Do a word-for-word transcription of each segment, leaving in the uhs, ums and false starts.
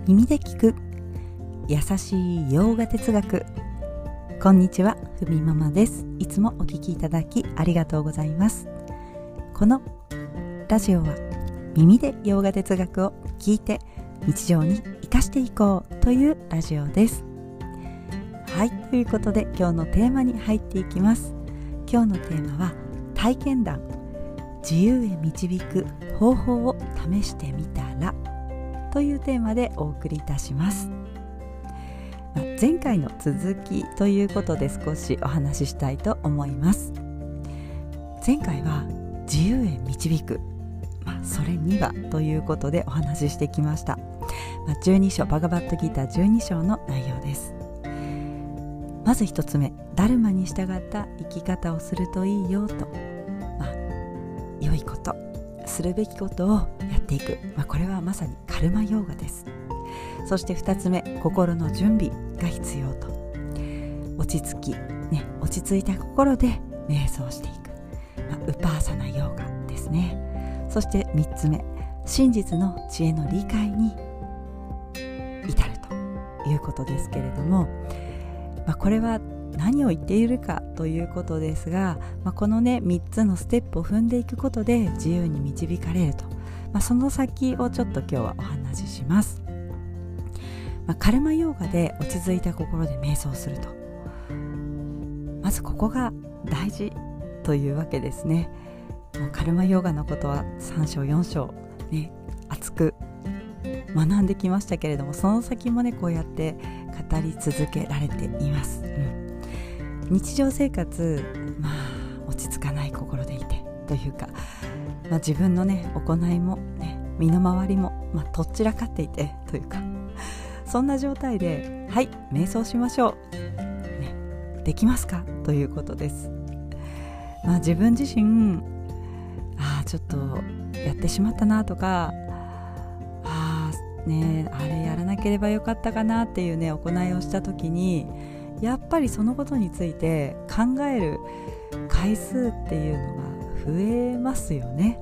耳で聞く優しい洋画哲学。こんにちは、ふみママです。いつもお聞きいただきありがとうございます。このラジオは耳で洋画哲学を聞いて日常に生かしていこうというラジオです。はい、ということで今日のテーマに入っていきます。今日のテーマは体験談、自由へ導く方法を試してみたらというテーマでお送りいたします。まあ、前回の続きということで少しお話ししたいと思います。前回は自由へ導く、まあ、それにはということでお話ししてきました。まあ、じゅうに章バガバットギーターじゅうに章の内容です。まず一つ目、ダルマに従った生き方をするといいよと、まあ、良いことするべきことをやっていく、まあ、これはまさにカルマヨーガです。そして二つ目、心の準備が必要と、落ち着き、ね、落ち着いた心で瞑想していく、まあ、ウパーサナヨーガですね。そして三つ目、真実の知恵の理解に至るということですけれども、まあ、これは何を言っているかということですが、まあ、このねみっつのステップを踏んでいくことで自由に導かれると、まあ、その先をちょっと今日はお話しします。まあ、カルマヨーガで落ち着いた心で瞑想すると、まずここが大事というわけですね。もうカルマヨーガのことはさん章よん章ね熱く学んできましたけれども、その先もねこうやって語り続けられています。うん、日常生活、まあ落ち着かない心でいてというか、まあ、自分のね行いもね身の回りも、まあ、とっちらかっていてというか、そんな状態ではい瞑想しましょう、ね、できますかということです。まあ、自分自身ああちょっとやってしまったなとか、ああねあれやらなければよかったかなっていうね行いをした時に、やっぱりそのことについて考える回数っていうのが増えますよね。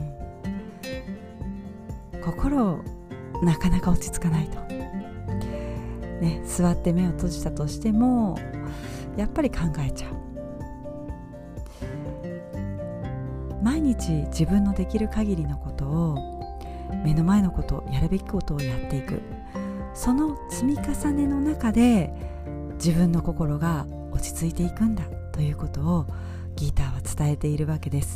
うん、心なかなか落ち着かないと、ね、座って目を閉じたとしてもやっぱり考えちゃう。毎日自分のできる限りのことを、目の前のことをやるべきことをやっていく、その積み重ねの中で自分の心が落ち着いていくんだということをギーターは伝えているわけです。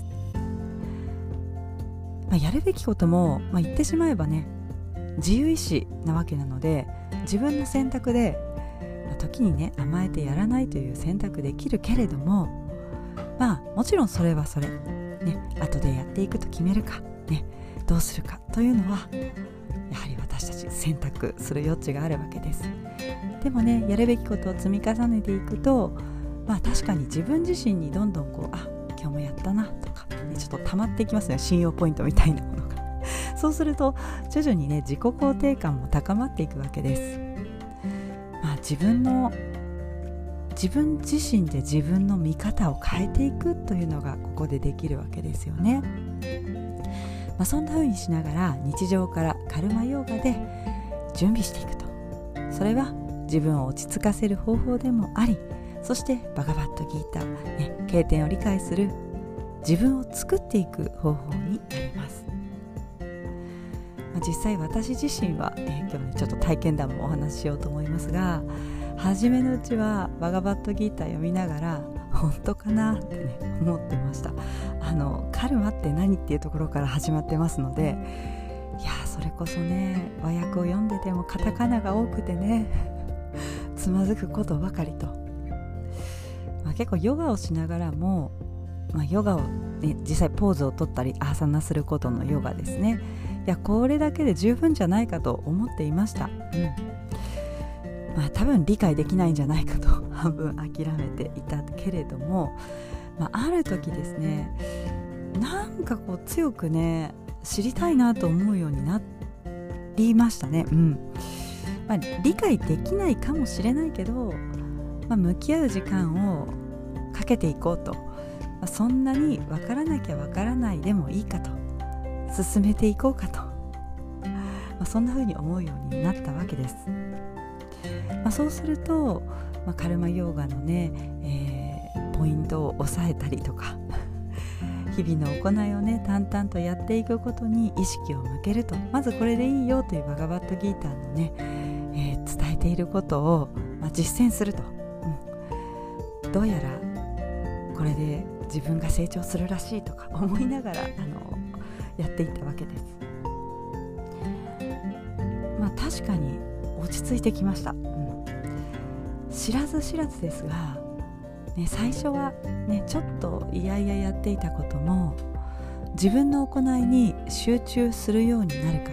まあ、やるべきことも、まあ、言ってしまえばね自由意志なわけなので、自分の選択で、まあ、時にね甘えてやらないという選択できるけれども、まあもちろんそれはそれね、後でやっていくと決めるか、ね、どうするかというのはやはり私たち選択する余地があるわけです。でもねやるべきことを積み重ねていくと、まあ確かに自分自身にどんどんこうあ今日もやったなとか、ね、ちょっと溜まっていきますね、信用ポイントみたいなものがそうすると徐々にね自己肯定感も高まっていくわけです。まあ自分の自分自身で自分の見方を変えていくというのがここでできるわけですよね。まあ、そんな風にしながら日常からカルマヨーガで準備していくと、それは自分を落ち着かせる方法でもあり、そしてバガバットギーター、ね、経典を理解する自分を作っていく方法になります。まあ、実際私自身は、えー、今日ねちょっと体験談もお話ししようと思いますが、初めのうちはバガバットギーター読みながら本当かなってね思ってました。あのカルマって何っていうところから始まってますので、いやそれこそね和訳を読んでてもカタカナが多くてねつまずくことばかりと、まあ、結構ヨガをしながらも、まあ、ヨガを、ね、実際ポーズを取ったりアーサナすることのヨガですね。いやこれだけで十分じゃないかと思っていました。うんまあ、多分理解できないんじゃないかと半分諦めていたけれども、まあ、ある時ですねなんかこう強くね知りたいなと思うようになりましたね。うんまあ、理解できないかもしれないけど、まあ、向き合う時間をかけていこうと、まあ、そんなに分からなきゃ分からないでもいいかと進めていこうかとあ、そんな風に思うようになったわけです。まあ、そうすると、まあ、カルマヨーガのね、えー、ポイントを押さえたりとか日々の行いをね淡々とやっていくことに意識を向けると、まずこれでいいよというバガバットギーターのね、えー、伝えていることを、まあ、実践すると、うん、どうやらこれで自分が成長するらしいとか思いながらあのやっていったわけです。まあ確かに落ち着いてきました、うん、知らず知らずですが、ね、最初は、ね、ちょっといやいややっていたことも自分の行いに集中するようになるから、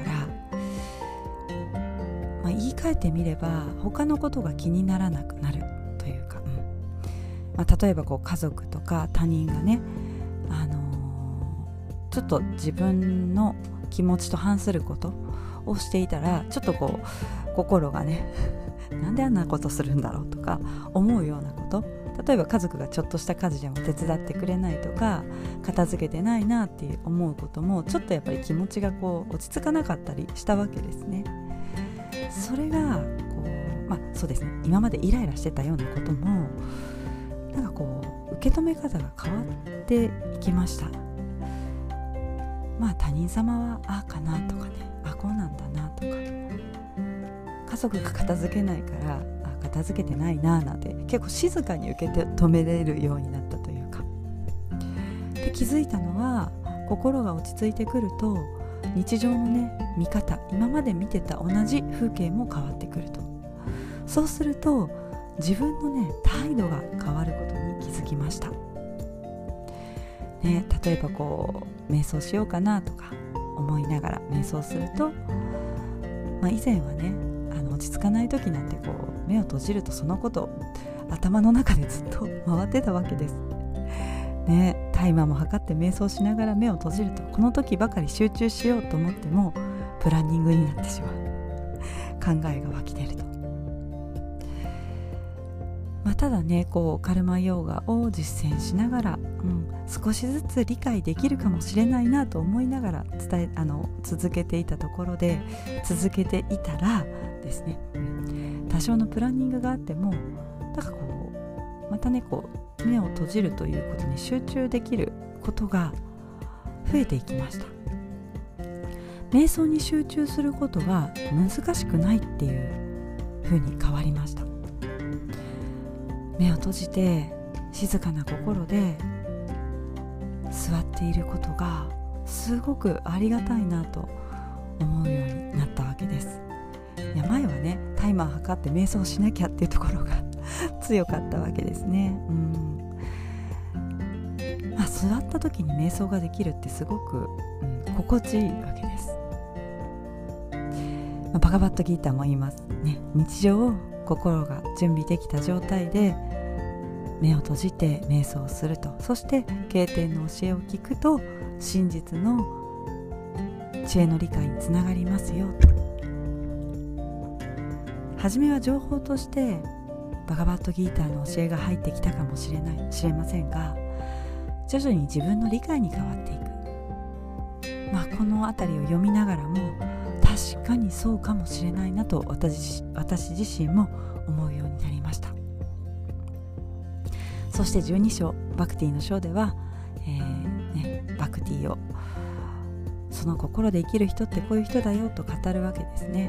まあ、言い換えてみれば他のことが気にならなくなるというか、うんまあ、例えばこう家族とか他人がね、あのー、ちょっと自分の気持ちと反することをしていたらちょっとこう心がねなんであんなことするんだろうとか思うようなこと、例えば家族がちょっとした家事でも手伝ってくれないとか片付けてないなって思うこともちょっとやっぱり気持ちがこう落ち着かなかったりしたわけですね。それがこう、まあそうですね、今までイライラしてたようなこともなんかこう受け止め方が変わっていきました。まあ他人様はああかなとかね、あこうなんだなとか、家族が片付けないからあ片付けてないななんて結構静かに受け止めれるようになったというか、で気づいたのは心が落ち着いてくると日常のね見方、今まで見てた同じ風景も変わってくると、そうすると自分のね態度が変わることに気づきました、ね、例えばこう瞑想しようかなとか思いながら瞑想すると、まあ、以前はねあの落ち着かない時なんてこう目を閉じるとそのこと頭の中でずっと回ってたわけですね。タイマーも測って瞑想しながら目を閉じるとこの時ばかり集中しようと思ってもプランニングになってしまう、考えが湧き出ると、まあ、ただねこうカルマヨーガを実践しながら、うん、少しずつ理解できるかもしれないなと思いながら伝えあの続けていたところで続けていたらですね、うん、多少のプランニングがあってもなんかこうまたねこう目を閉じるということに集中できることが増えていきました。瞑想に集中することは難しくないっていう風に変わりました。目を閉じて静かな心で座っていることがすごくありがたいなと思うようになったわけです。いや前はねタイマー測って瞑想しなきゃっていうところが強かったわけですね。うん、まあ、座った時に瞑想ができるってすごく、うん、心地いいわけです。まあ、バガバットギーターも言いますね。日常心が準備できた状態で目を閉じて瞑想をすると、そして経典の教えを聞くと真実の知恵の理解につながりますよと。初めは情報としてバガバットギーターの教えが入ってきたかもしれない知れませんが、徐々に自分の理解に変わっていく、まあ、このあたりを読みながらも確かにそうかもしれないなと 私, 私自身も思うようになりました。そしてじゅうに章バクティの章では、えーね、バクティをその心で生きる人ってこういう人だよと語るわけですね。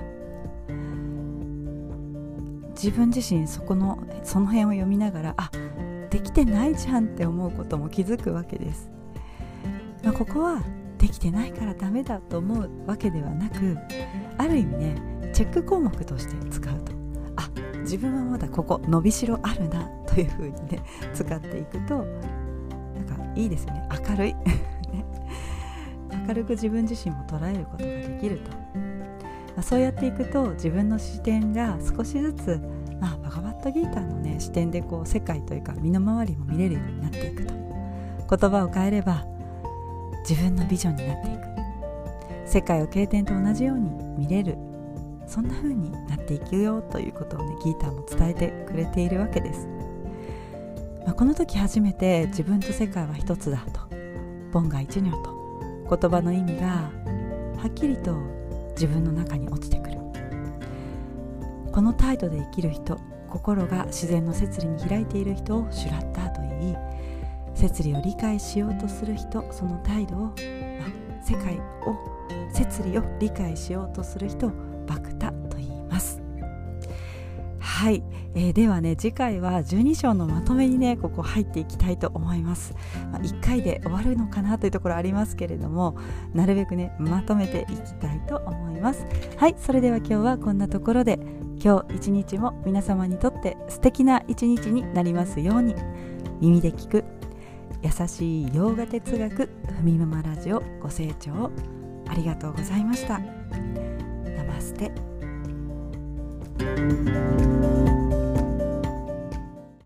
自分自身そこのその辺を読みながらあできてないじゃんって思うことも気づくわけです。まあ、ここはできてないからダメだと思うわけではなく、ある意味ねチェック項目として使うと、あ自分はまだここ伸びしろあるなというふうにね使っていくとなんかいいですよね。明るい明るく自分自身も捉えることができると、まあ、そうやっていくと自分の視点が少しずつ、まあ、バガバットギーターの、ね、視点でこう世界というか身の回りも見れるようになっていくと、言葉を変えれば自分のビジョンになっていく、世界を経典と同じように見れる、そんな風になっていくよということをねギーターも伝えてくれているわけです。まあ、この時初めて自分と世界は一つだと、本願一如と言葉の意味がはっきりと自分の中に落ちてくる。この態度で生きる人、心が自然の摂理に開いている人をシュラッターと言い、摂理を理解しようとする人、その態度を、まあ、世界を摂理を理解しようとする人をバクタと言います。はい、えー、ではね、次回はじゅうに章のまとめにねここ入っていきたいと思います。まあ、いっかいで終わるのかなというところありますけれども、なるべくねまとめていきたいと思います。はい、それでは今日はこんなところで、今日一日も皆様にとって素敵な一日になりますように。耳で聞く優しい洋画哲学ふみママラジオ、ご清聴ありがとうございました。ナマステ。